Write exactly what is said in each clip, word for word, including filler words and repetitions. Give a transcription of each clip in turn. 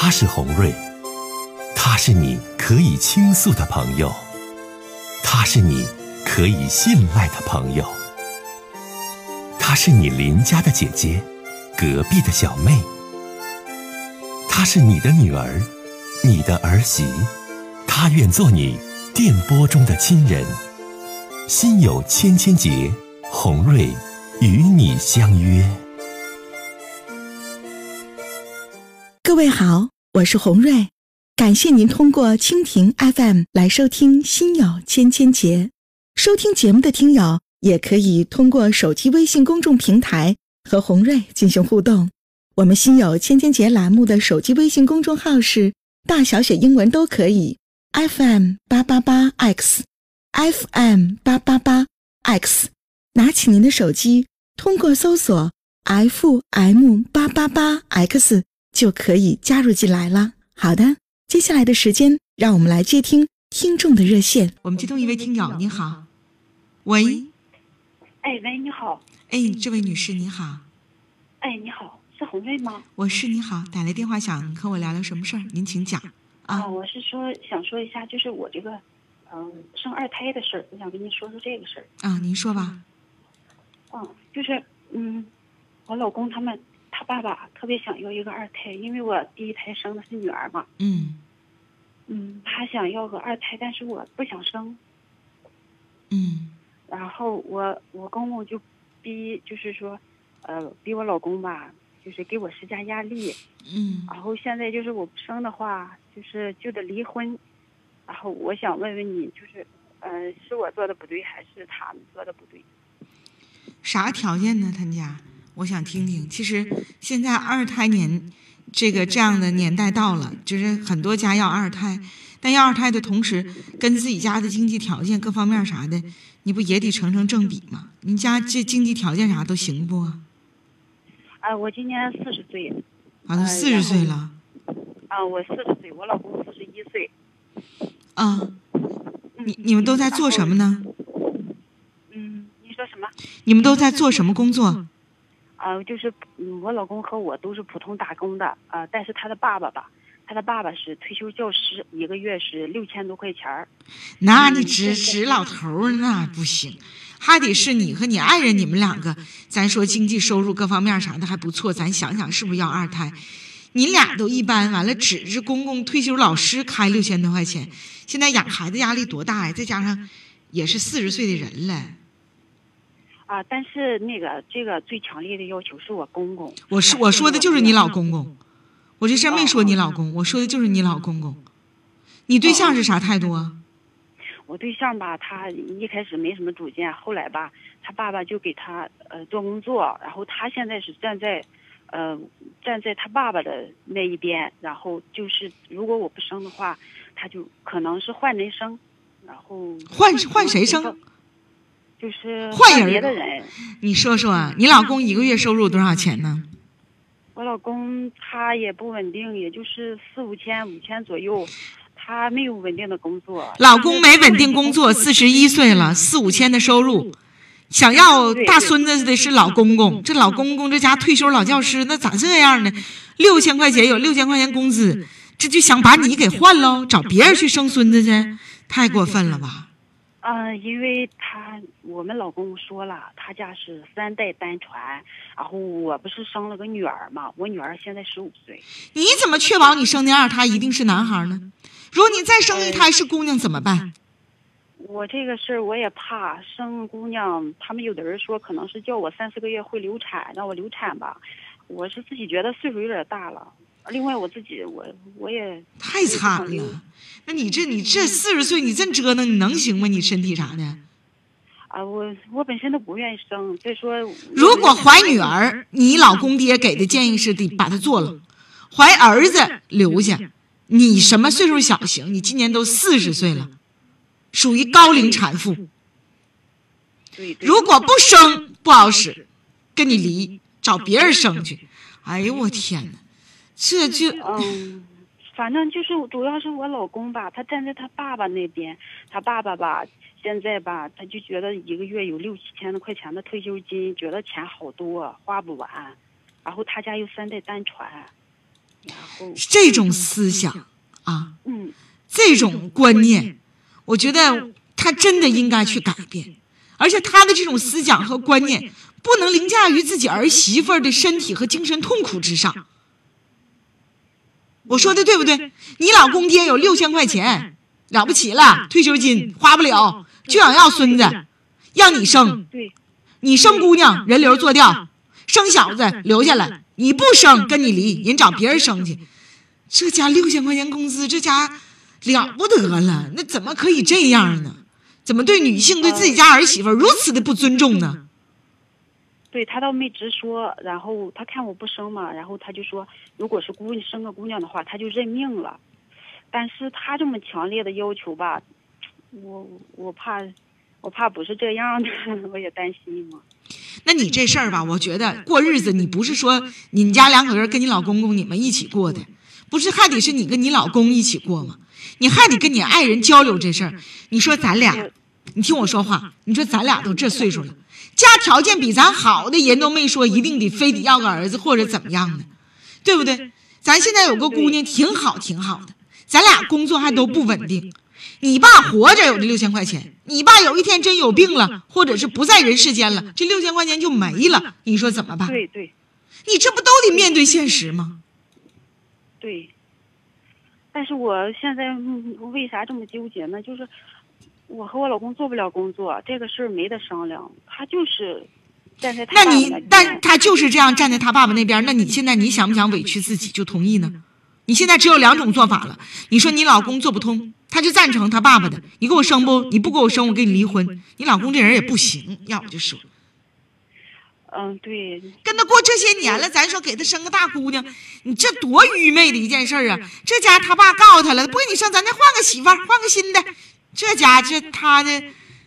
他是洪瑞，他是你可以倾诉的朋友，他是你可以信赖的朋友，她是你邻家的姐姐，隔壁的小妹，她是你的女儿，你的儿媳，她愿做你电波中的亲人。心有千千结，洪瑞与你相约。 各位好，我是洪瑞，感谢您通过蜻蜓 F M 来收听心有千千结。收听节目的听友也可以通过手机微信公众平台和洪瑞进行互动。我们心有千千结栏目的手机微信公众号是大小写英文都可以 F M 八八八 X F M 八八八 X， 拿起您的手机，通过搜索 F M 八八八 X 就可以加入进来了。好的，接下来的时间让我们来接听听众的热线。 我们接通一位听友，您好。喂。 哎喂，你好。 哎，这位女士你好。 哎，你好，是洪瑞吗？ 我是，你好，打来电话想和我聊聊什么事儿？您请讲。啊， 啊我是说想说一下，就是我这个嗯、呃、生二胎的事儿，我想跟您说说这个事儿。 啊，您说吧。 嗯，就是嗯，我老公他们他爸爸特别想要一个二胎，因为我第一胎生的是女儿嘛。 嗯嗯，他想要个二胎，但是我不想生。 嗯。 然后我我公公就逼，就是说，呃，逼我老公吧，就是给我施加压力。 嗯。 然后现在就是我不生的话，就是就得离婚。然后我想问问你，就是，呃，是我做的不对，还是他们做的不对？ 啥条件呢？他家，我想听听。其实现在二胎年，这个这样的年代到了，就是很多家要二胎，但要二胎的同时，跟自己家的经济条件各方面啥的，你不也得成成正比吗？你家这经济条件啥都行不？啊、 呃，我今年四十岁。 啊，都四十岁了。 啊、呃，我四十岁，我老公四十一岁。 啊，你你们都在做什么呢？ 嗯，你说什么？ 你们都在做什么工作？ 啊、呃，就是、嗯、我老公和我都是普通打工的，啊、呃，但是他的爸爸吧，他的爸爸是退休教师，一个月是六千多块钱儿。 那你指指老头那不行，还得是你和你爱人你们两个，咱说经济收入各方面啥的还不错，咱想想是不是要二胎？你俩都一般，完了指着公公退休老师开六千多块钱，现在养孩子压力多大呀？再加上也是四十岁的人了。 啊，但是那个这个最强烈的要求是我公公。 我是我说的就是你老公公，我这事没说你老公，我说的就是你老公公。你对象是啥态度啊？ 我对象吧，他一开始没什么主见，后来吧，他爸爸就给他呃做工作，然后他现在是站在。呃，站在他爸爸的那一边，然后就是如果我不生的话，他就可能是换人生，然后换换谁生？ 就是换别的人。 你说说啊，你老公一个月收入多少钱呢？ 我老公他也不稳定，也就是四五千、五千左右，他没有稳定的工作。 老公没稳定工作，四十一岁了，四五千的收入。想要大孙子的是老公公，这老公公这家退休老教师，那咋这样呢？六千块钱有六千块钱工资，这就想把你给换喽，找别人去生孙子去，太过分了吧？ 嗯、呃，因为他我们老公说了，他家是三代单传，然后我不是生了个女儿嘛，我女儿现在十五岁。 你怎么确保你生的二胎一定是男孩呢？如果你再生一胎是姑娘怎么办？ 我这个事儿我也怕生姑娘，他们有的人说可能是叫我三四个月会流产，让我流产吧。我是自己觉得岁数有点大了，另外我自己我我也太惨了。那你这你这四十岁你这折腾你能行吗？你身体啥的？ 啊，我我本身都不愿意生。再说， 如果怀女儿，你老公爹给的建议是得把她做了；怀儿子留下。你什么岁数小行？你今年都四十岁了。属于高龄产妇，如果不生不好使，跟你离，找别人生去。哎呦我天哪，这就嗯，反正就是主要是我老公吧，他站在他爸爸那边，他爸爸吧，现在吧，他就觉得一个月有六七千的块钱的退休金，觉得钱好多，花不完，然后他家又三代单传。 然后这种思想啊， 嗯， 这种观念，我觉得他真的应该去改变，而且他的这种思想和观念不能凌驾于自己儿媳妇儿的身体和精神痛苦之上。我说的对不对？你老公爹有六千块钱，了不起了，退休金花不了，就想要孙子，让你生， 对， 你生姑娘人流做掉，生小子留下来，你不生跟你离，人找别人生去。这家六千块钱工资，这家了不得了，那怎么可以这样呢？怎么对女性对自己家儿媳妇如此的不尊重呢？ 对他倒没直说，然后他看我不生嘛，然后他就说，如果是姑娘生个姑娘的话，他就认命了。但是他这么强烈的要求吧，我我怕，我怕不是这样的，我也担心嘛。 那你这事儿吧，我觉得过日子，你不是说你们家两口人跟你老公公你们一起过的，不是还得是你跟你老公一起过吗？你还得跟你爱人交流这事儿。你说咱俩，你听我说话，你说咱俩都这岁数了。家条件比咱好的人都没说一定得非得要个儿子或者怎么样的，对不对？咱现在有个姑娘挺好挺好的，咱俩工作还都不稳定。你爸活着有这六千块钱，你爸有一天真有病了，或者是不在人世间了，这六千块钱就没了，你说怎么办？ 对对， 你这不都得面对现实吗？ 对。但是我现在为啥这么纠结呢？就是我和我老公做不了工作，这个事儿没得商量，他就是站在他爸爸那你那边， 但他就是这样站在他爸爸那边，那你现在你想不想委屈自己就同意呢？你现在只有两种做法了，你说你老公做不通，他就赞成他爸爸的，你给我生不？你不给我生，我跟你离婚。你老公这人也不行，要我就说， 嗯，对， 跟他过这些年了，咱说给他生个大姑娘，你这多愚昧的一件事啊！这家他爸告诉他了，不给你生，咱再换个媳妇儿，换个新的。这家这他的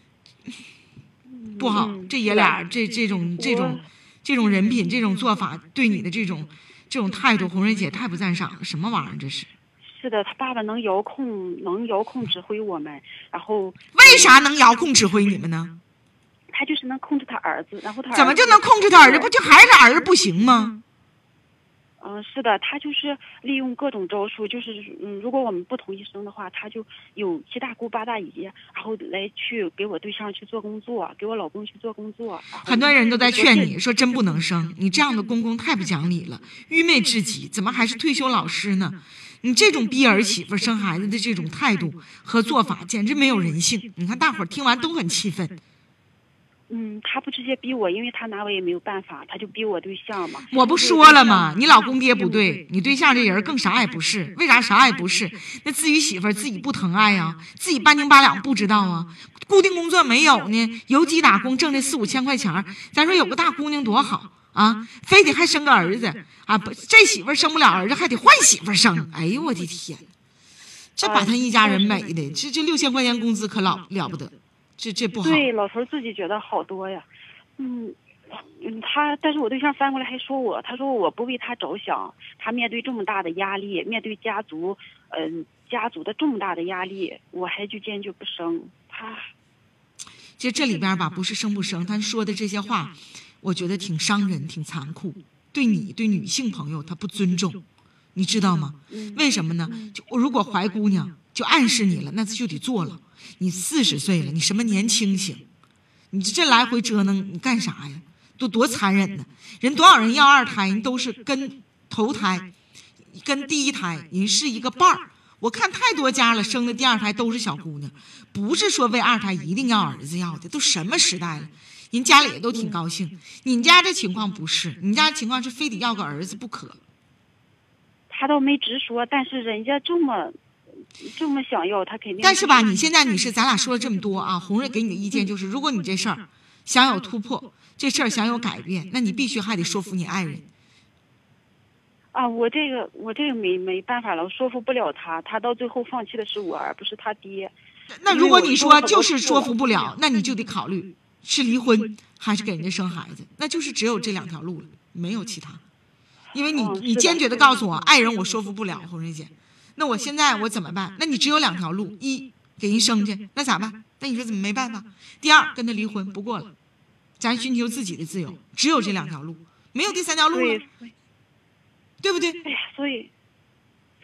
不好，这爷俩这这种这种这种人品，这种做法，对你的这种这种态度，红瑞姐太不赞赏了。什么玩意儿这是？ 是的，他爸爸能遥控，能遥控指挥我们，然后为啥能遥控指挥你们呢？ 他就是能控制他儿子，然后他儿子怎么就能控制他儿子？不就还是儿子不行吗？ 嗯，是的，他就是利用各种招数，就是嗯，如果我们不同意生的话，他就有七大姑八大姨，然后来去给我对象去做工作，给我老公去做工作。 很多人都在劝你说，真不能生，你这样的公公太不讲理了，愚昧至极，怎么还是退休老师呢？你这种逼儿媳妇生孩子的这种态度和做法，简直没有人性。你看大伙儿听完都很气愤。 嗯，他不直接逼我，因为他拿我也没有办法，他就逼我对象嘛。 我不说了吗？你老公爹不对，你对象这人更啥也不是。为啥啥也不是？那自己媳妇儿自己不疼爱呀、啊，自己半斤八两不知道啊。固定工作没有呢，游击打工挣这四五千块钱，咱说有个大姑娘多好啊，非得还生个儿子啊！不，这媳妇儿生不了儿子，还得换媳妇儿生。哎呦我的天，这把他一家人美的，这这六千块钱工资可老了不得。这这不好。 对，老头自己觉得好多呀，嗯，嗯，他，但是我对象翻过来还说我，他说我不为他着想，他面对这么大的压力，面对家族，嗯、呃，家族的这么大的压力，我还就坚决不生。他， 其实这里边吧，不是生不生，他说的这些话，我觉得挺伤人，挺残酷，对你对女性朋友他不尊重，你知道吗？为什么呢？就如果怀姑娘，就暗示你了，那就得做了。你四十岁了，你什么年轻型？你这来回折腾，你干啥呀？都多残忍呢！人多少人要二胎，人都是跟头胎、跟第一胎人是一个伴儿。我看太多家了，生的第二胎都是小姑娘，不是说为二胎一定要儿子要的。都什么时代了，人家里也都挺高兴。你家这情况不是，你家情况是非得要个儿子不可。 他倒没直说，但是人家这么。这么想要，他肯定。 但是吧，你现在女士，咱俩说了这么多啊，红瑞给你的意见就是，如果你这事儿想有突破，这事儿想有改变，那你必须还得说服你爱人。 啊，我这个我这个没没办法了，我说服不了他，他到最后放弃的是我，而不是他爹。 那如果你说就是说服不了，那你就得考虑是离婚还是给人家生孩子，那就是只有这两条路了，没有其他。因为你你坚决的告诉我，爱人我说服不了，红瑞姐。那我现在我怎么办？那你只有两条路：一给人生去，那咋办？那你说怎么没办法？第二跟他离婚，不过了，咱寻求自己的自由，只有这两条路，没有第三条路了，对不对？ 哎呀，所以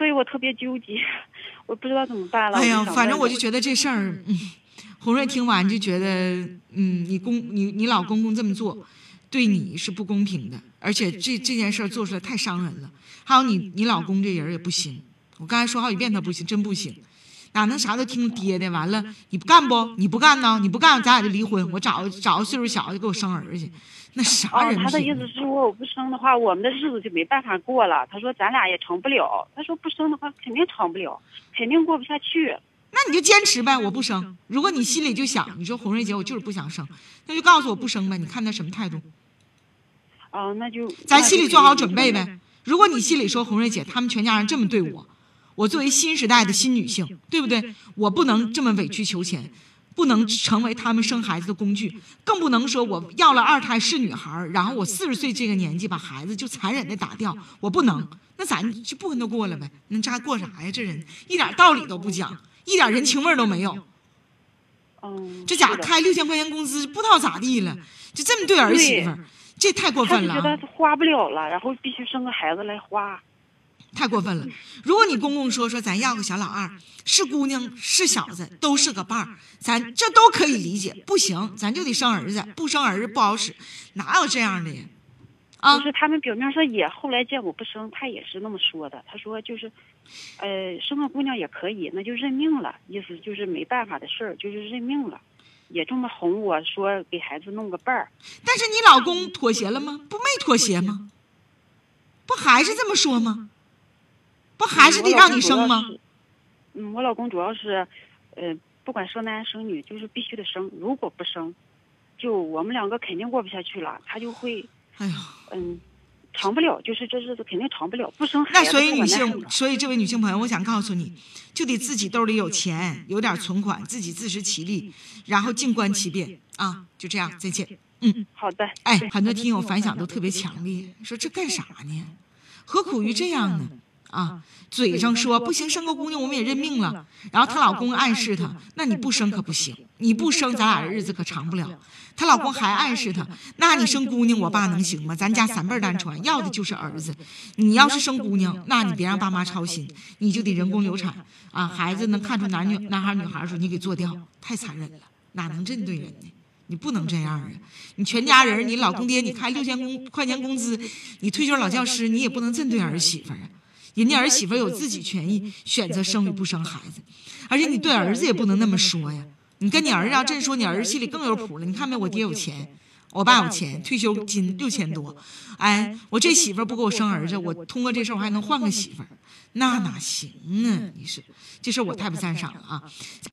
所以我特别纠结，我不知道怎么办了。 哎呀， 就反正我就觉得这事儿，嗯，红瑞听完就觉得，嗯，你公你你老公公这么做，对你是不公平的，而且这这件事儿做出来太伤人了。还有你你老公这人也不行，我刚才说好几遍他不行，真不行。哪能啥都听爹的？完了，你不干不？你不干呢？你不干，咱俩就离婚。我找找个岁数小的给我生儿去，那啥人品？ 哦，他的意思是说，我不生的话，我们的日子就没办法过了。他说咱俩也成不了。他说不生的话，肯定成不了，肯定过不下去。 那你就坚持呗，我不生。如果你心里就想，你说红瑞姐，我就是不想生，那就告诉我不生呗。你看他什么态度？ 哦，那就咱心里做好准备呗。如果你心里说红瑞姐，他们全家人这么对我。我作为新时代的新女性，对不对？我不能这么委曲求全，不能成为他们生孩子的工具，更不能说我要了二胎是女孩，然后我四十岁这个年纪把孩子就残忍的打掉，我不能。那咱就不跟他过了呗？那这还过啥呀？这人一点道理都不讲，一点人情味都没有。 嗯， 这家开六千块钱工资，不知道咋地了，就这么对儿媳妇儿，这太过分了。 他就觉得花不了了，然后必须生个孩子来花。 太过分了！如果你公公说说咱要个小老二，是姑娘是小子都是个伴儿，咱这都可以理解。不行，咱就得生儿子，不生儿子不好使，哪有这样的呀？啊， 就是他们表面上也后来见我不生，他也是那么说的。他说就是，呃，生个姑娘也可以，那就认命了，意思就是没办法的事儿，就是认命了。也这么哄我说给孩子弄个伴儿。 但是你老公妥协了吗？不没妥协吗？不还是这么说吗？不还是得让你生吗？ 嗯，我老公主要是，呃，不管生男生女，就是必须得生。如果不生，就我们两个肯定过不下去了。他就会， 哎呀， 嗯，长不了，就是这日子肯定长不了。不生孩子， 那所以女性，所以这位女性朋友，我想告诉你，就得自己兜里有钱，有点存款，自己自食其力，然后静观其变啊！就这样，再见。嗯， 好的。 哎，很多听友反响都特别强烈，说这干啥呢？何苦于这样呢？啊，嘴上说不行，生个姑娘我们也认命了，然后她老公暗示她，那你不生可不行，你不生咱俩的日子可长不了。她老公还暗示她，那你生姑娘我爸能行吗？咱家三辈单传，要的就是儿子。你要是生姑娘，那你别让爸妈操心，你就得人工流产啊，孩子能看出男女男孩女孩的时候你给做掉，太残忍了，哪能这么对人呢？你不能这样啊！你全家人，你老公爹，你开六千工块钱工资，你退休老教师，你也不能这么对儿媳妇啊！人家儿媳妇有自己权益选择生与不生孩子，而且你对儿子也不能那么说呀。你跟你儿子要这么说，你儿子心里更有谱了。你看没，我爹有钱，我爸有钱，退休金六千多，哎，我这媳妇不给我生儿子，我通过这事儿我还能换个媳妇儿，那哪行啊？你说这事儿我太不赞赏了啊！